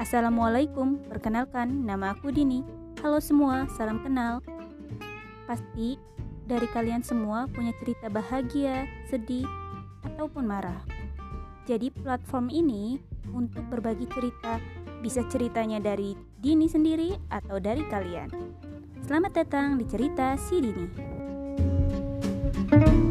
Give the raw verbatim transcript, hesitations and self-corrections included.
Assalamualaikum, perkenalkan nama aku Dini. Halo semua, salam kenal. Pasti dari kalian semua punya cerita bahagia, sedih, ataupun marah. Jadi platform ini untuk berbagi cerita, bisa ceritanya dari Dini sendiri atau dari kalian. Selamat datang di cerita si Dini.